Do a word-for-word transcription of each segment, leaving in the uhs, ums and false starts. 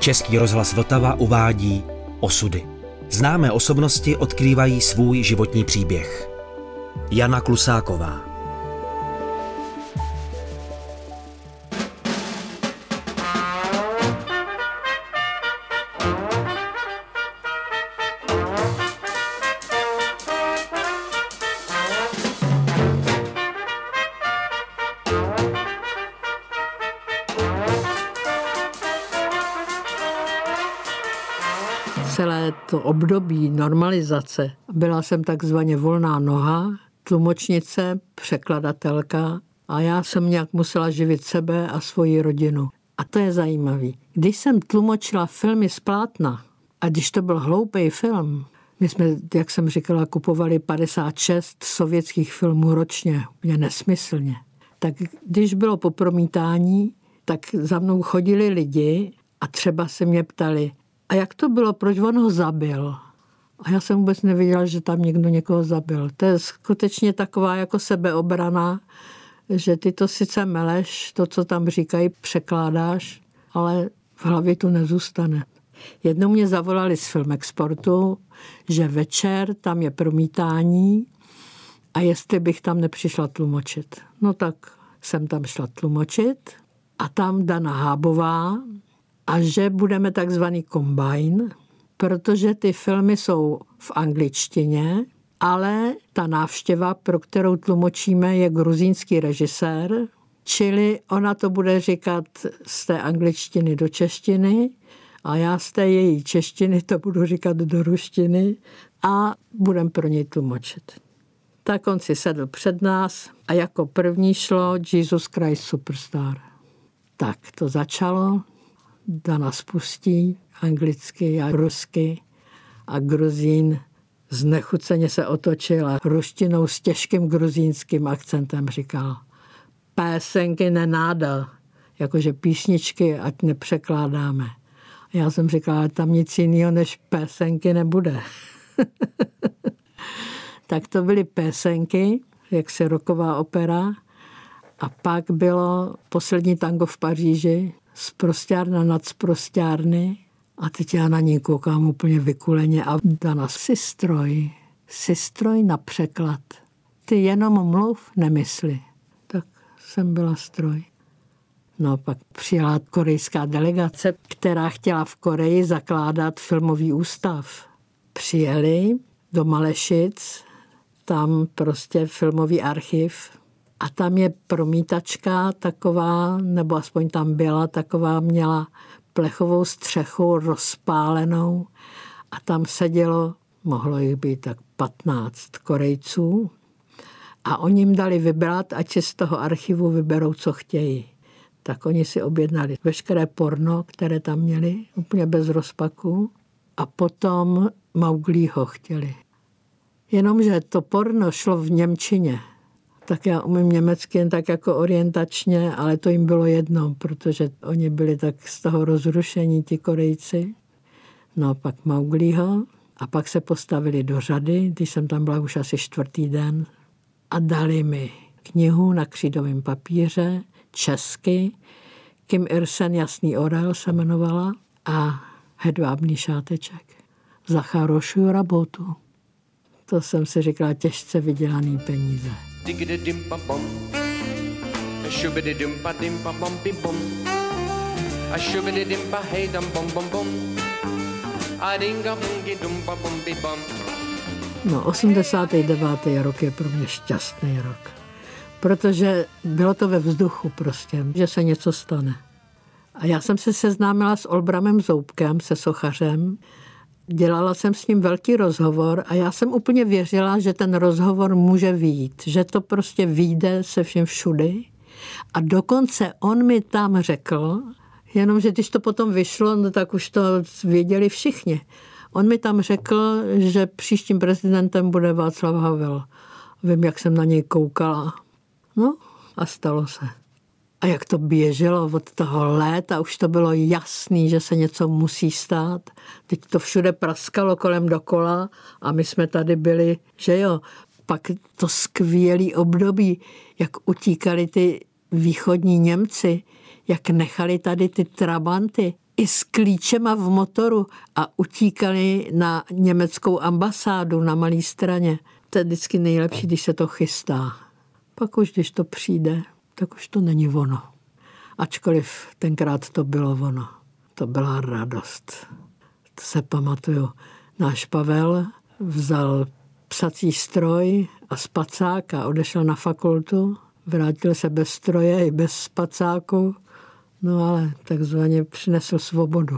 Český rozhlas Vltava uvádí Osudy. Známé osobnosti odkrývají svůj životní příběh. Jana Klusáková. Celé to období normalizace byla jsem takzvaně volná noha, tlumočnice, překladatelka a já jsem nějak musela živit sebe a svoji rodinu. A to je zajímavý. Když jsem tlumočila filmy z plátna, a když to byl hloupý film, my jsme, jak jsem říkala, kupovali padesát šest sovětských filmů ročně, úplně nesmyslně. Tak když bylo po promítání, tak za mnou chodili lidi a třeba se mě ptali, a jak to bylo, proč on ho zabil? A já jsem vůbec nevěděla, že tam někdo někoho zabil. To je skutečně taková jako sebeobrana, že ty to sice meleš, to, co tam říkají, překládáš, ale v hlavě to nezůstane. Jednou mě zavolali z Filmexportu, že večer tam je promítání a jestli bych tam nepřišla tlumočit. No tak jsem tam šla tlumočit a tam Dana Hábová, a že budeme takzvaný combine, protože ty filmy jsou v angličtině, ale ta návštěva, pro kterou tlumočíme, je gruzínský režisér, čili ona to bude říkat z té angličtiny do češtiny a já z té její češtiny to budu říkat do ruštiny a budem pro něj tlumočit. Tak on si sedl před nás a jako první šlo Jesus Christ Superstar. Tak to začalo. Dana spustí anglicky a rusky a Gruzín znechuceně se otočil a ruštinou s těžkým gruzínským akcentem říkal pésenky nenáda, jakože písničky, ať nepřekládáme. A já jsem říkala, ale tam nic jiného než pésenky nebude. Tak to byly pésenky, jak se rocková opera a pak bylo Poslední tango v Paříži, Sprosťárna nad sprosťárny a teď já na ní koukám úplně vykuleně a Dana, si stroj, si stroj na překlad. Ty jenom mluv, nemysli. Tak jsem byla stroj. No pak přijela korejská delegace, která chtěla v Koreji zakládat filmový ústav. Přijeli do Malešic, tam prostě filmový archiv. A tam je promítačka taková, nebo aspoň tam byla taková, měla plechovou střechu rozpálenou a tam sedělo, mohlo jich být tak patnáct Korejců a oni jim dali vybrat, ať si z toho archivu vyberou, co chtějí. Tak oni si objednali veškeré porno, které tam měli, úplně bez rozpaku a potom Mauglího chtěli. Jenomže to porno šlo v němčině. Tak já umím německy jen tak jako orientačně, ale to jim bylo jedno, protože oni byli tak z toho rozrušení, ti Korejci. No a pak Mauglího a pak se postavili do řady, když jsem tam byla už asi čtvrtý den a dali mi knihu na křídovém papíře, česky, Kim Irsen, Jasný orel se jmenovala a Hedvábný šáteček. Za charošu robotu. To jsem si říkala těžce vydělaný peníze. Digidi-dimpa-bom, shubidi-dimpa-dimpa-bom-bi-bom, a shubidi-dimpa-hejdam-bom-bom-bom, a dinga-bungi-dumpa-bom-bi-bom. No, osmdesátý devátý rok je pro mě šťastný rok, protože bylo to ve vzduchu prostě, že se něco stane. A já jsem se seznámila s Olbramem Zoubkem, se sochařem, dělala jsem s ním velký rozhovor a já jsem úplně věřila, že ten rozhovor může vyjít, že to prostě vyjde se všem všudy. A dokonce on mi tam řekl, jenomže když to potom vyšlo, no tak už to věděli všichni. On mi tam řekl, že příštím prezidentem bude Václav Havel. Vím, jak jsem na něj koukala. No a stalo se. A jak to běželo od toho léta, už to bylo jasný, že se něco musí stát. Teď to všude praskalo kolem dokola a my jsme tady byli, že jo. Pak to skvělý období, jak utíkali ty východní Němci, jak nechali tady ty trabanty. i s klíčema v motoru a utíkali na německou ambasádu na Malé Straně. To je vždycky nejlepší, když se to chystá. Pak už, když to přijde, tak už to není ono. Ačkoliv tenkrát to bylo ono. To byla radost. To se pamatuju. Náš Pavel vzal psací stroj a spacák a odešel na fakultu. Vrátil se bez stroje i bez spacáku. No ale takzvaně přinesl svobodu.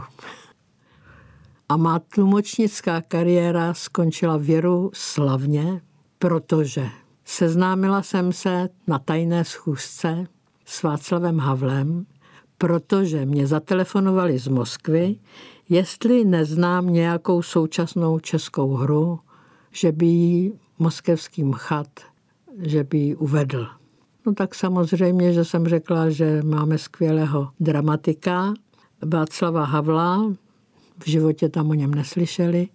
A má tlumočnická kariéra skončila věru slavně, protože seznámila jsem se na tajné schůzce s Václavem Havlem, protože mě zatelefonovali z Moskvy, jestli neznám nějakou současnou českou hru, že by jí moskevský mchat, že by ji uvedl. No tak samozřejmě, že jsem řekla, že máme skvělého dramatika Václava Havla, v životě tam o něm neslyšeli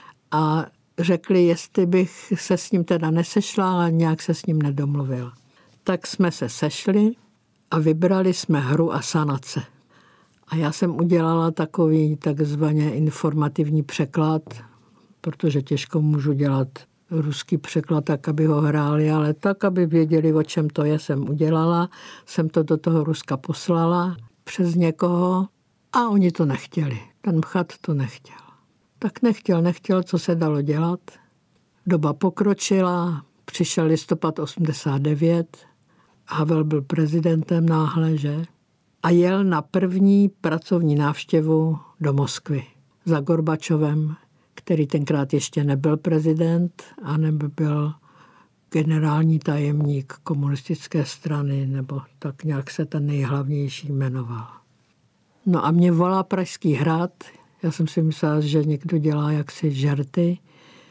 a řekli, jestli bych se s ním teda nesešla, ale nějak se s ním nedomluvila. Tak jsme se sešli a vybrali jsme hru Asanace. A já jsem udělala takový takzvaně informativní překlad, protože těžko můžu dělat ruský překlad tak, aby ho hráli, ale tak, aby věděli, o čem to je, jsem udělala. Jsem to do toho Ruska poslala přes někoho a oni to nechtěli. Ten mchat to nechtěl. Tak nechtěl, nechtěl, co se dalo dělat. Doba pokročila, přišel listopad osmdesát devět, Havel byl prezidentem náhle, že? A jel na první pracovní návštěvu do Moskvy za Gorbačovem, který tenkrát ještě nebyl prezident a nebo byl generální tajemník komunistické strany, nebo tak nějak se ten nejhlavnější jmenoval. No a mě volá Pražský hrad, já jsem si myslela, že někdo dělá jaksi žerty,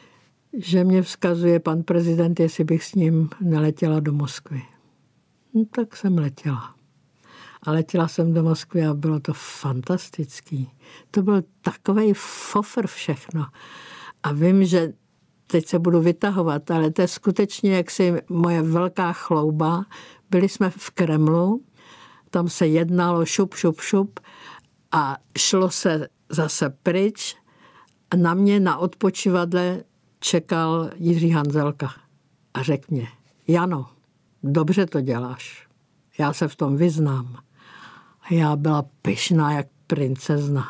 že mě vzkazuje pan prezident, jestli bych s ním neletěla do Moskvy. No, tak jsem letěla. A letěla jsem do Moskvy a bylo to fantastický. To byl takovej fofr všechno. A vím, že teď se budu vytahovat, ale to je skutečně jaksi moje velká chlouba. Byli jsme v Kremlu, tam se jednalo šup, šup, šup a šlo se zase pryč a na mě na odpočívadle čekal Jiří Hanzelka a řekl mě, Jano, dobře to děláš, já se v tom vyznám. A já byla pyšná jak princezna.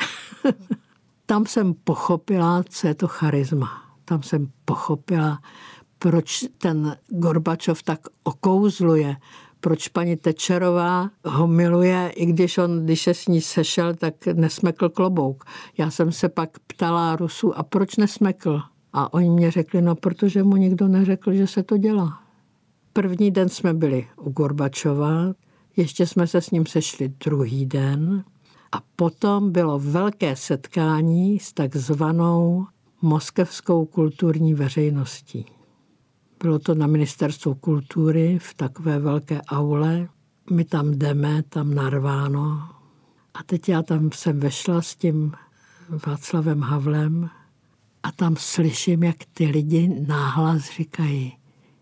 Tam jsem pochopila, co je to charisma. Tam jsem pochopila, proč ten Gorbačov tak okouzluje, proč paní Tečerová ho miluje, i když on, když se s ní sešel, tak nesmekl klobouk. Já jsem se pak ptala Rusů, a proč nesmekl? A oni mě řekli, no protože mu nikdo neřekl, že se to dělá. První den jsme byli u Gorbačova, ještě jsme se s ním sešli druhý den a potom bylo velké setkání s takzvanou moskevskou kulturní veřejností. Bylo to na ministerstvu kultury v takové velké aule. My tam jdeme, tam narváno. A teď já tam jsem vešla s tím Václavem Havlem a tam slyším, jak ty lidi náhlas říkají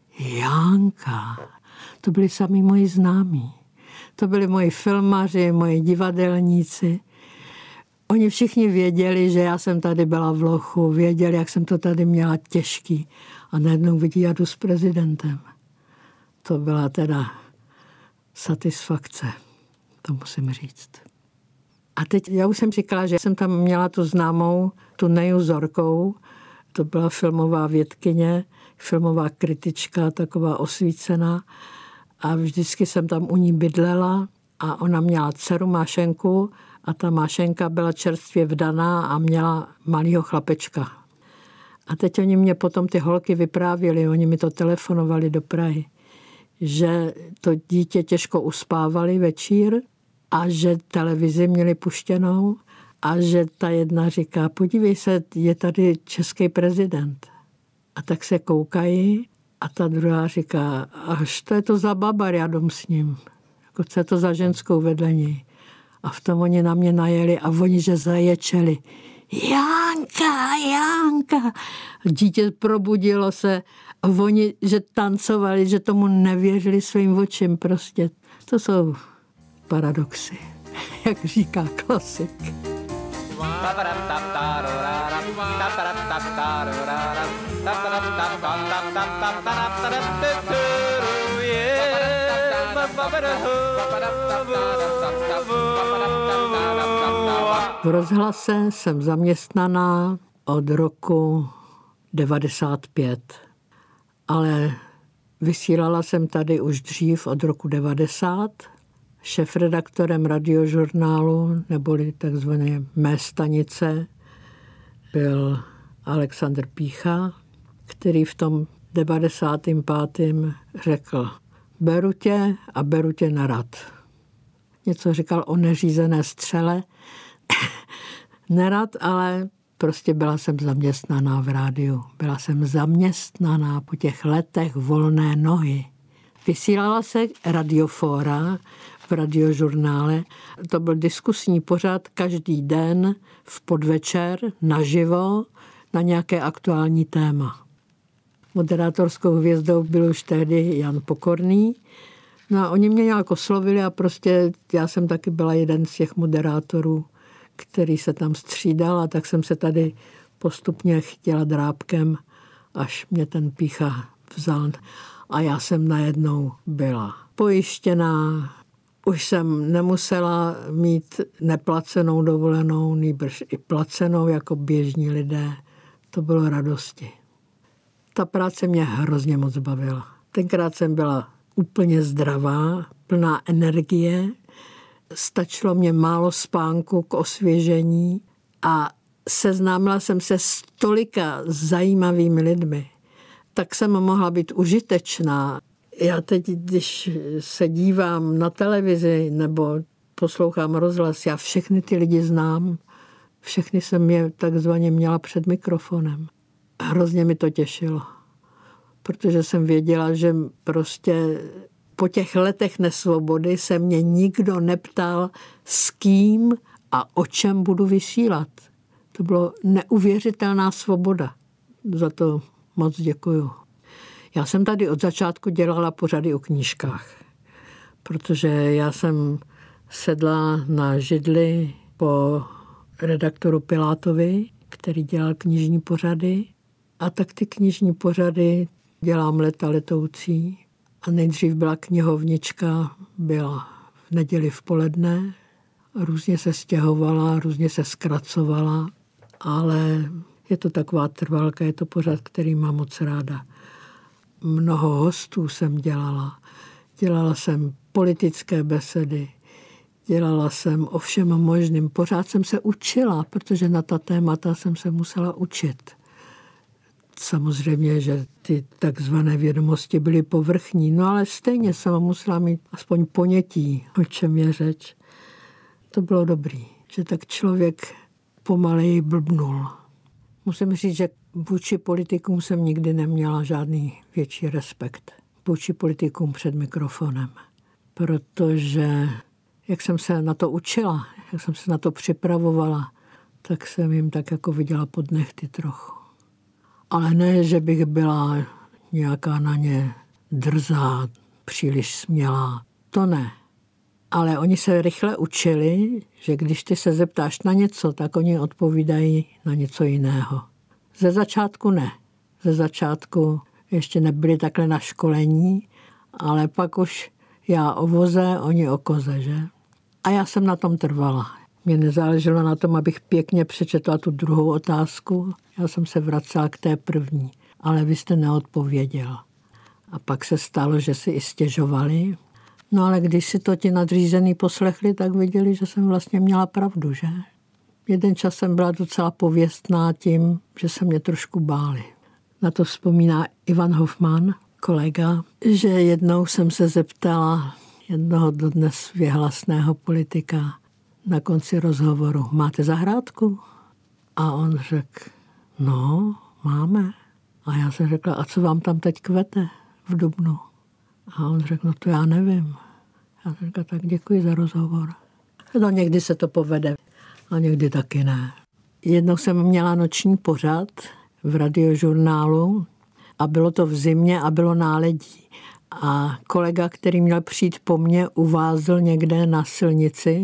Janka. To byli sami moji známí. To byli moji filmaři, moji divadelníci. Oni všichni věděli, že já jsem tady byla v lochu, věděli, jak jsem to tady měla těžký. A najednou vidí, já jdu s prezidentem. To byla teda satisfakce, to musím říct. A teď já už jsem říkala, že jsem tam měla tu známou, tu Neju Zorkou, to byla filmová vědkyně, filmová kritička, taková osvícená. A vždycky jsem tam u ní bydlela a ona měla dceru Mášenku a ta Mášenka byla čerstvě vdaná a měla malýho chlapečka. A teď oni mě potom ty holky vyprávěli, oni mi to telefonovali do Prahy, že to dítě těžko uspávali večír a že televizi měli puštěnou a že ta jedna říká, podívej se, je tady český prezident. A tak se koukají a ta druhá říká, až to je to za babar, já jdem s ním. Jako co je to za ženskou vedle něj. A v tom oni na mě najeli a oni, že zaječeli. Janka, Janka. Dítě probudilo se a oni, že tancovali, že tomu nevěřili svým očím prostě. To jsou paradoxy. jak říká klasik. V rozhlase jsem zaměstnaná od roku devadesát pět, ale vysílala jsem tady už dřív od roku devadesát. Šéfredaktorem radiožurnálu, neboli takzvané mé stanice, byl Alexandr Pícha, který v tom devadesátém pátém řekl: beru tě a beru tě na rad. Něco říkal o neřízené střele. Nerad, ale prostě byla jsem zaměstnaná v rádiu. Byla jsem zaměstnaná po těch letech volné nohy. Vysílala se radiofóra v radiožurnále. To byl diskusní pořad každý den v podvečer naživo na nějaké aktuální téma. Moderátorskou hvězdou byl už tehdy Jan Pokorný. No a oni mě nějak oslovili a prostě já jsem taky byla jeden z těch moderátorů, který se tam střídal, a tak jsem se tady postupně chtěla drábkem, až mě ten Pícha vzal. A já jsem najednou byla pojištěná. Už jsem nemusela mít neplacenou dovolenou, nýbrž i placenou jako běžní lidé. To bylo radosti. Ta práce mě hrozně moc bavila. Tenkrát jsem byla úplně zdravá, plná energie. Stačilo mě málo spánku k osvěžení a seznámila jsem se s tolika zajímavými lidmi. Tak jsem mohla být užitečná. Já teď, když se dívám na televizi nebo poslouchám rozhlas, já všechny ty lidi znám. Všechny jsem je takzvaně měla před mikrofonem. Hrozně mi to těšilo, protože jsem věděla, že prostě po těch letech nesvobody se mě nikdo neptal, s kým a o čem budu vysílat. To bylo neuvěřitelná svoboda. Za to moc děkuju. Já jsem tady od začátku dělala pořady o knížkách, protože já jsem sedla na židli po redaktoru Pilátovi, který dělal knižní pořady. A tak ty knižní pořady dělám leta letoucí. A nejdřív byla knihovnička, byla v neděli v poledne, různě se stěhovala, různě se zkracovala, ale je to taková trvalka, je to pořad, který mám moc ráda. Mnoho hostů jsem dělala. Dělala jsem politické besedy, dělala jsem o všem možným. Pořád jsem se učila, protože na ta témata jsem se musela učit. Samozřejmě, že ty takzvané vědomosti byly povrchní, no ale stejně jsem musela mít aspoň ponětí, o čem je řeč. To bylo dobrý, že tak člověk pomaleji blbnul. Musím říct, že vůči politikům jsem nikdy neměla žádný větší respekt. Vůči politikům před mikrofonem. Protože jak jsem se na to učila, jak jsem se na to připravovala, tak jsem jim tak jako viděla pod nehty trochu. Ale ne, že bych byla nějaká na ně drzá, příliš smělá. To ne. Ale oni se rychle učili, že když ty se zeptáš na něco, tak oni odpovídají na něco jiného. Ze začátku ne. Ze začátku ještě nebyli takhle na školení, ale pak už já o voze, oni o koze, že? A já jsem na tom trvala. Mně nezáleželo na tom, abych pěkně přečetla tu druhou otázku. Já jsem se vracela k té první, ale vy jste neodpověděl. A pak se stalo, že si i stěžovali. No ale když si to ti nadřízený poslechli, tak viděli, že jsem vlastně měla pravdu, že? Jeden čas jsem byla docela pověstná tím, že se mě trošku báli. Na to vzpomíná Ivan Hofman, kolega, že jednou jsem se zeptala jednoho dodnes věhlasného politika na konci rozhovoru: máte zahrádku? A on řekl: no, máme. A já jsem řekla: a co vám tam teď kvete v dubnu? A on řekl: no to já nevím. Já jsem řekla: tak děkuji za rozhovor. No někdy se to povede a někdy taky ne. Jednou jsem měla noční pořad v radiožurnálu a bylo to v zimě a bylo náledí. A kolega, který měl přijít po mně, uvázl někde na silnici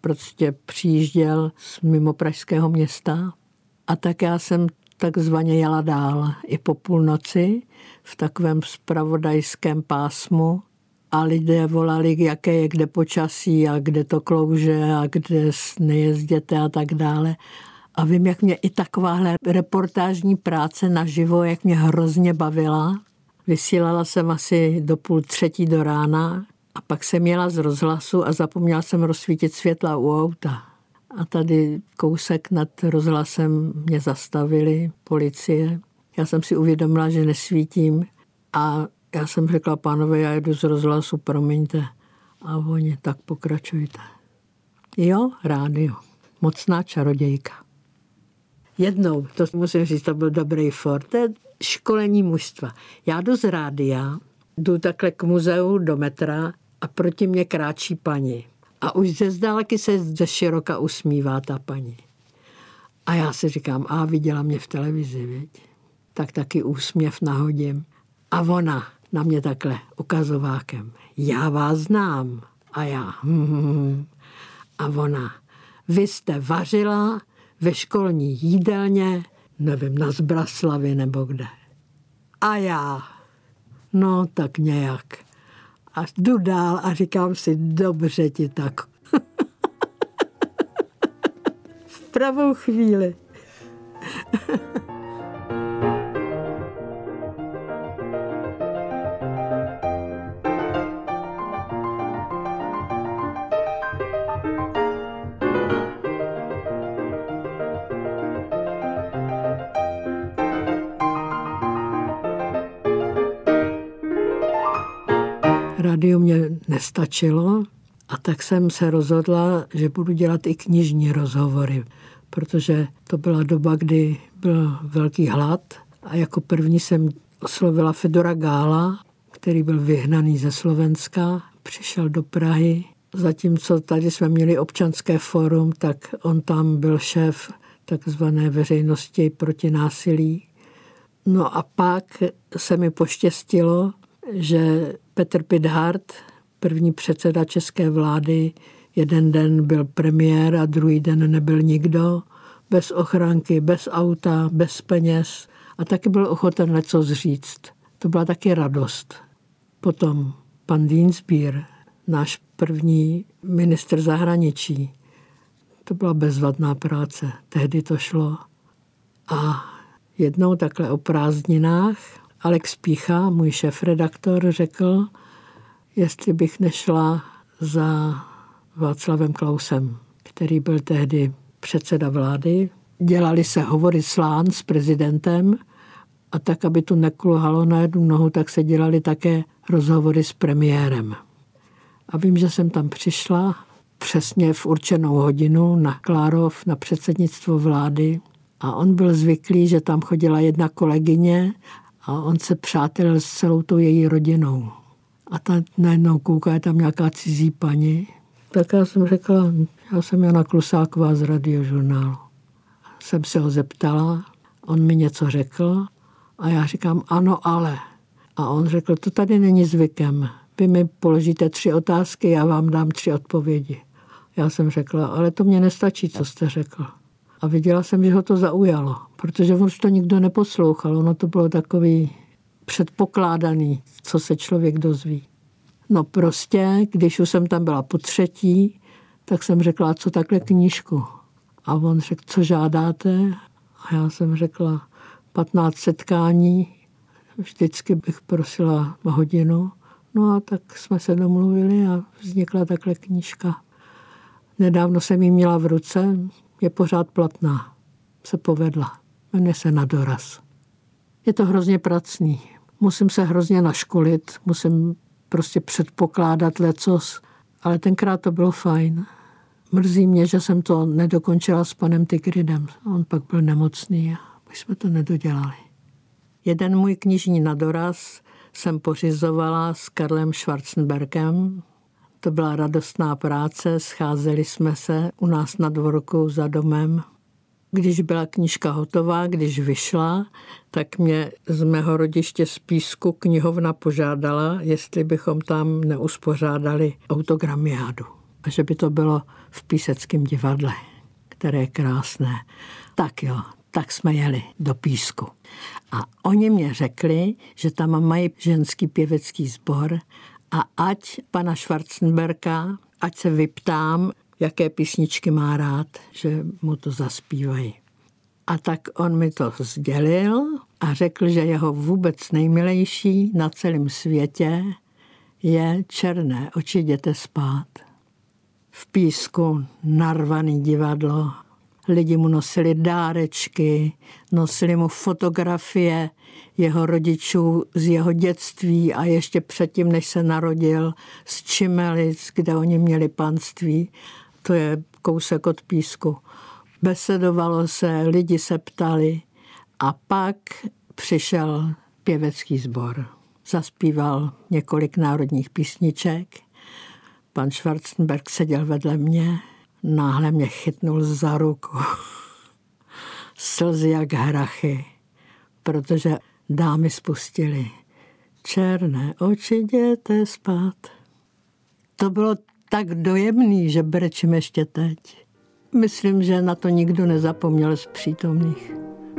prostě přijížděl z mimo pražského města. A tak já jsem takzvaně jela dál i po půlnoci v takovém zpravodajském pásmu a lidé volali, jaké je kde počasí a kde to klouže a kde nejezděte a tak dále. A vím, jak mě i takováhle reportážní práce naživo, jak mě hrozně bavila. Vysílala jsem asi do půl třetí do rána a pak jsem jela z rozhlasu a zapomněla jsem rozsvítit světla u auta. A tady kousek nad rozhlasem mě zastavili policie. Já jsem si uvědomila, že nesvítím a já jsem řekla, pánové, já jedu z rozhlasu, promiňte. A oni, tak pokračujte. Jo, rádio. Mocná čarodějka. Jednou, to musím říct, to byl dobrý for, to je školení mužstva. Já jdu z rádia, jdu takhle k muzeu do metra a proti mě kráčí paní. A už ze zdálky se ze široka usmívá ta paní. A já si říkám, a viděla mě v televizi, viď? Tak taky úsměv nahodím. A ona na mě takhle ukazovákem. Já vás znám. A já. Hmm. A ona. Vy jste vařila ve školní jídelně, nevím, na Zbraslavi nebo kde. A já. No tak nějak. A jdu dál a říkám si, dobře ti tak. V pravou chvíli. Radio mě nestačilo a tak jsem se rozhodla, že budu dělat i knižní rozhovory, protože to byla doba, kdy byl velký hlad a jako první jsem oslovila Fedora Gála, který byl vyhnaný ze Slovenska, přišel do Prahy. Zatímco tady jsme měli občanské fórum, tak on tam byl šéf takzvané veřejnosti proti násilí. No a pak se mi poštěstilo, že Petr Pithart, první předseda české vlády, jeden den byl premiér a druhý den nebyl nikdo, bez ochranky, bez auta, bez peněz a taky byl ochoten lecos říct. To byla taky radost. Potom pan Dienstbier, náš první ministr zahraničí, to byla bezvadná práce, tehdy to šlo. A jednou takhle o prázdninách Alex Pícha, můj šéfredaktor, řekl, jestli bych nešla za Václavem Klausem, který byl tehdy předseda vlády. Dělali se hovory slán s prezidentem a tak, aby to nekulhalo na jednu nohu, tak se dělali také rozhovory s premiérem. A vím, že jsem tam přišla přesně v určenou hodinu na Klárov, na předsednictvo vlády a on byl zvyklý, že tam chodila jedna kolegyně a on se přátelil s celou tou její rodinou. A ta najednou kouká, je tam nějaká cizí paní. Tak já jsem řekla, já jsem Jana Klusáková z Radiožurnálu. Jsem se ho zeptala, on mi něco řekl a já říkám, ano, ale. A on řekl, to tady není zvykem. Vy mi položíte tři otázky, já vám dám tři odpovědi. Já jsem řekla, ale to mě nestačí, co jste řekl. A viděla jsem, že ho to zaujalo, protože on už to nikdo neposlouchal. Ono to bylo takový předpokládaný, co se člověk dozví. No prostě, když už jsem tam byla po třetí, tak jsem řekla, co takhle knížku. A on řekl, co žádáte? A já jsem řekla, patnáct setkání, vždycky bych prosila hodinu. No a tak jsme se domluvili a vznikla takhle knížka. Nedávno jsem ji měla v ruce, je pořád platná, se povedla. Jmenuje se Na doraz. Je to hrozně pracný. Musím se hrozně naškolit, musím prostě předpokládat lecos, ale tenkrát to bylo fajn. Mrzí mě, že jsem to nedokončila s panem Tigridem. On pak byl nemocný a my jsme to nedodělali. Jeden můj knižní Na doraz jsem pořizovala s Karlem Schwarzenbergem. To byla radostná práce, scházeli jsme se u nás na dvorku za domem. Když byla knížka hotová, když vyšla, tak mě z mého rodiště z Písku knihovna požádala, jestli bychom tam neuspořádali autogramiádu. a že by to bylo v Píseckém divadle, které je krásné. Tak jo, tak jsme jeli do Písku. A oni mě řekli, že tam mají ženský pěvecký sbor a ať pana Schwarzenberga, ať se vyptám, jaké písničky má rád, že mu to zaspívají. A tak on mi to sdělil a řekl, že jeho vůbec nejmilejší na celém světě je Černé oči, jděte spát. V Písku narvaný divadlo, lidi mu nosili dárečky, nosili mu fotografie jeho rodičů z jeho dětství a ještě předtím, než se narodil, z Čimelic, kde oni měli panství. To je kousek od Písku. Besedovalo se, lidi se ptali a pak přišel pěvecký sbor. Zaspíval několik národních písniček. Pan Schwarzenberg seděl vedle mě, náhle mě chytnul za ruku. Slzy jak hrachy, protože dámy spustily. Černé oči, jděte spát. To bylo tak dojemný, že brečím ještě teď. Myslím, že na to nikdo nezapomněl z přítomných.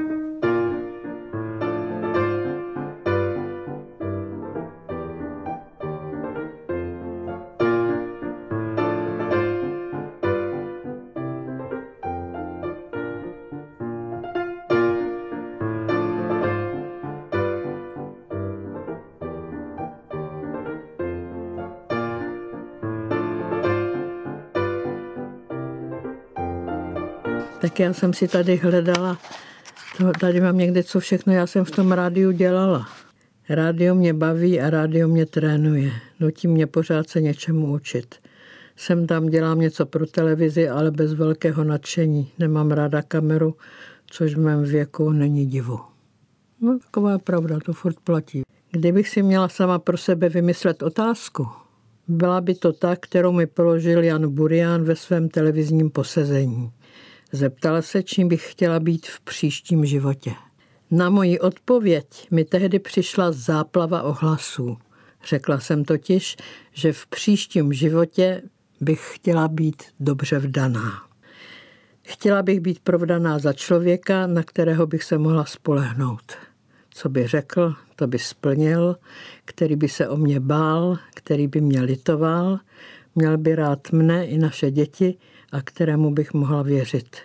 Tak já jsem si tady hledala, to, tady mám někde co všechno, já jsem v tom rádiu dělala. Rádio mě baví a rádio mě trénuje. Nutí mě pořád se něčemu učit. Sem tam dělám něco pro televizi, ale bez velkého nadšení. Nemám ráda kameru, což v mém věku není divu. No, taková je pravda, to furt platí. Kdybych si měla sama pro sebe vymyslet otázku, byla by to ta, kterou mi položil Jan Burian ve svém televizním posezení. Zeptala se, čím bych chtěla být v příštím životě. Na moji odpověď mi tehdy přišla záplava ohlasů. Řekla jsem totiž, že v příštím životě bych chtěla být dobře vdaná. Chtěla bych být provdaná za člověka, na kterého bych se mohla spolehnout. Co by řekl, to by splnil, který by se o mě bál, který by mě litoval, měl by rád mne i naše děti a kterému bych mohla věřit.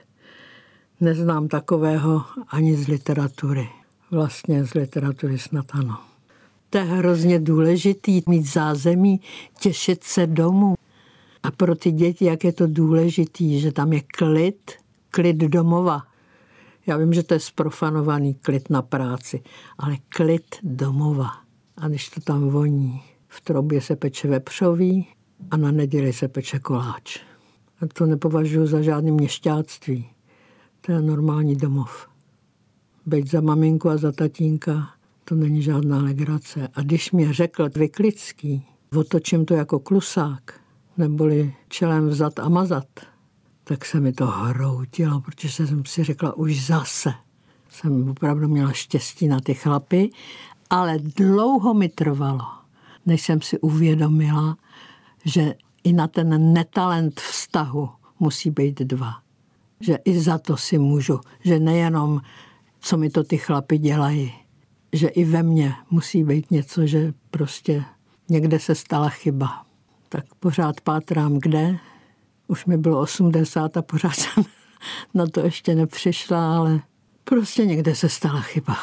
Neznám takového ani z literatury. Vlastně z literatury snad ano. To je hrozně důležitý mít zázemí, těšit se domů. A pro ty děti, jak je to důležitý, že tam je klid, klid domova. Já vím, že to je sprofanovaný klid na práci, ale klid domova. A když to tam voní, v trobě se peče vepřový a na neděli se peče koláč. A to nepovažuji za žádné měšťáctví. To je normální domov. Být za maminku a za tatínka, to není žádná legrace. A když mě řekl Vyklický, otočím to jako klusák, neboli čelem vzad a mazat, tak se mi to hroutilo, protože jsem si řekla, už zase. Jsem opravdu měla štěstí na ty chlapy, ale dlouho mi trvalo, než jsem si uvědomila, že i na ten netalent vztahu musí být dva. Že i za to si můžu, že nejenom, co mi to ty chlapi dělají, že i ve mně musí být něco, že prostě někde se stala chyba. Tak pořád pátrám, kde. Už mi bylo osmdesát a pořád jsem na to ještě nepřišla, ale prostě někde se stala chyba.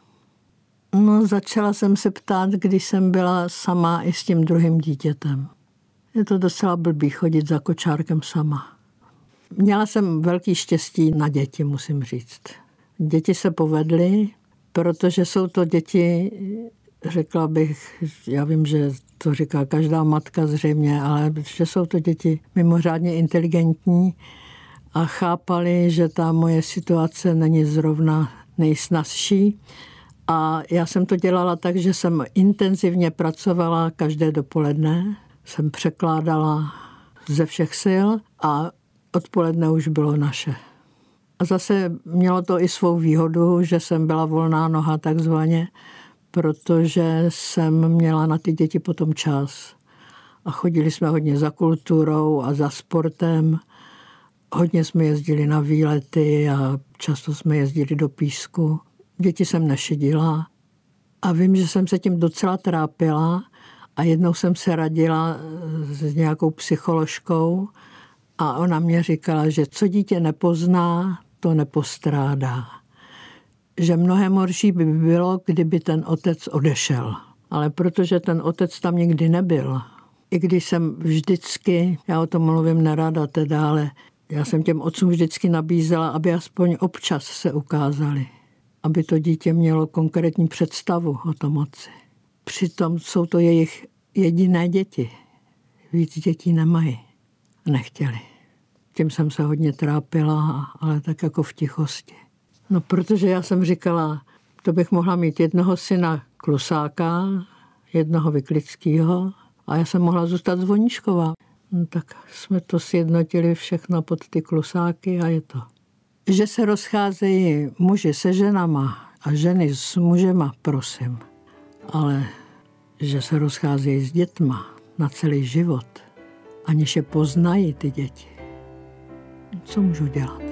No, začala jsem se ptát, když jsem byla sama i s tím druhým dítětem. Je to docela blbý chodit za kočárkem sama. Měla jsem velký štěstí na děti, musím říct. Děti se povedly, protože jsou to děti, řekla bych, já vím, že to říká každá matka zřejmě, ale že jsou to děti mimořádně inteligentní a chápali, že ta moje situace není zrovna nejsnazší. A já jsem to dělala tak, že jsem intenzivně pracovala každé dopoledne, jsem překládala ze všech sil a odpoledne už bylo naše. A zase mělo to i svou výhodu, že jsem byla volná noha takzvaně, protože jsem měla na ty děti potom čas. a chodili jsme hodně za kulturou a za sportem. Hodně jsme jezdili na výlety a často jsme jezdili do Písku. Děti jsem nešidila a vím, že jsem se tím docela trápila a jednou jsem se radila s nějakou psycholožkou a ona mě říkala, že co dítě nepozná, to nepostrádá. Že mnohem horší by bylo, kdyby ten otec odešel. Ale protože ten otec tam nikdy nebyl, i když jsem vždycky, já o tom mluvím nerada teda, ale já jsem těm otcům vždycky nabízela, aby aspoň občas se ukázali. Aby to dítě mělo konkrétní představu o tom otci. Přitom jsou to jejich jediné děti. Víc dětí nemají. Nechtěli. Tím jsem se hodně trápila, ale tak jako v tichosti. No, protože já jsem říkala, to bych mohla mít jednoho syna Klusáka, jednoho Vyklickýho a já jsem mohla zůstat Zvoníšková. No, tak jsme to sjednotili všechno pod ty Klusáky a je to. Že se rozcházejí muži se ženama a ženy s mužema, prosím. Ale že se rozcházejí s dětma na celý život, aniž je poznají ty děti. Co můžu dělat?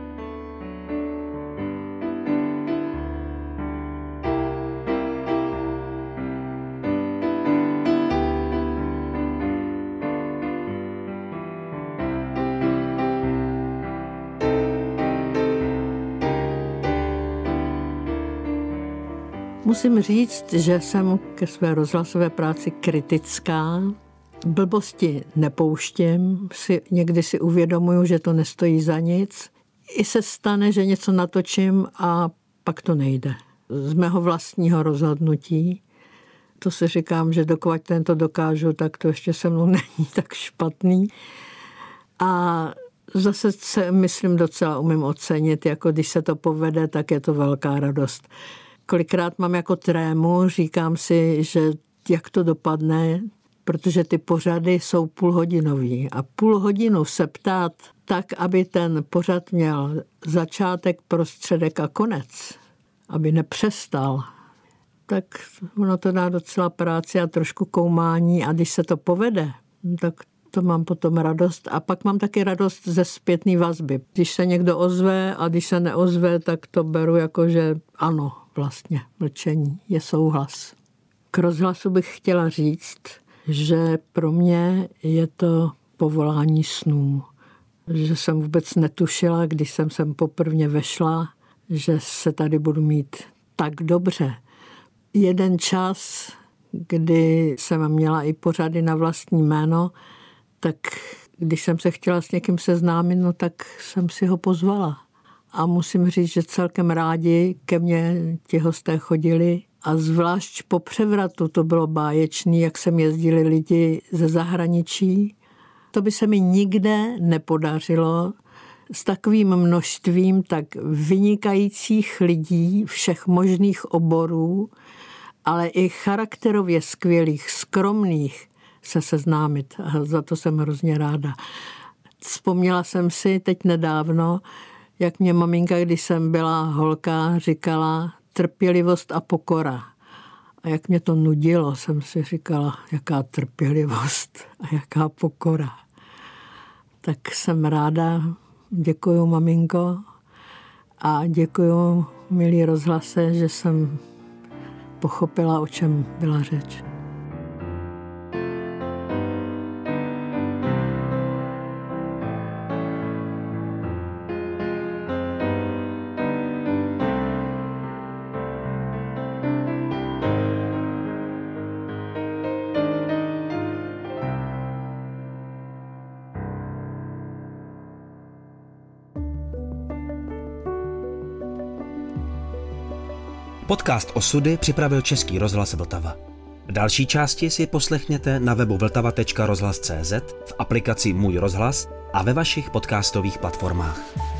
Musím říct, že jsem ke své rozhlasové práci kritická. Blbosti nepouštím, si, někdy si uvědomuju, že to nestojí za nic. I se stane, že něco natočím a pak to nejde. Z mého vlastního rozhodnutí. To si říkám, že dokud tento dokážu, tak to ještě se mnou není tak špatný. A zase se, myslím, docela umím ocenit, jako když se to povede, tak je to velká radost. Kolikrát mám jako trému, říkám si, že jak to dopadne, protože ty pořady jsou půlhodinový a půl hodinu se ptát tak, aby ten pořad měl začátek, prostředek a konec, aby nepřestal, tak ono to dá docela práci a trošku koumání a když se to povede, tak to mám potom radost a pak mám taky radost ze zpětné vazby. Když se někdo ozve a když se neozve, tak to beru jako, že ano, vlastně mlčení je souhlas. K rozhlasu bych chtěla říct, že pro mě je to povolání snů. Že jsem vůbec netušila, když jsem sem poprvně vešla, že se tady budu mít tak dobře. Jeden čas, kdy jsem měla i pořady na vlastní jméno, tak když jsem se chtěla s někým seznámit, no tak jsem si ho pozvala. A musím říct, že celkem rádi ke mně ti hosté chodili. A zvlášť po převratu to bylo báječný, jak sem jezdili lidi ze zahraničí. To by se mi nikde nepodařilo s takovým množstvím tak vynikajících lidí všech možných oborů, ale i charakterově skvělých, skromných se seznámit. A za to jsem hrozně ráda. Vzpomněla jsem si teď nedávno, jak mě maminka, když jsem byla holka, říkala trpělivost a pokora. A jak mě to nudilo, jsem si říkala, jaká trpělivost a jaká pokora. Tak jsem ráda, děkuju maminko a děkuju milý rozhlase, že jsem pochopila, o čem byla řeč. Podcast Osudy připravil Český rozhlas Vltava. Další části si poslechněte na webu vltava tečka rozhlas tečka cé zet, v aplikaci Můj rozhlas a ve vašich podcastových platformách.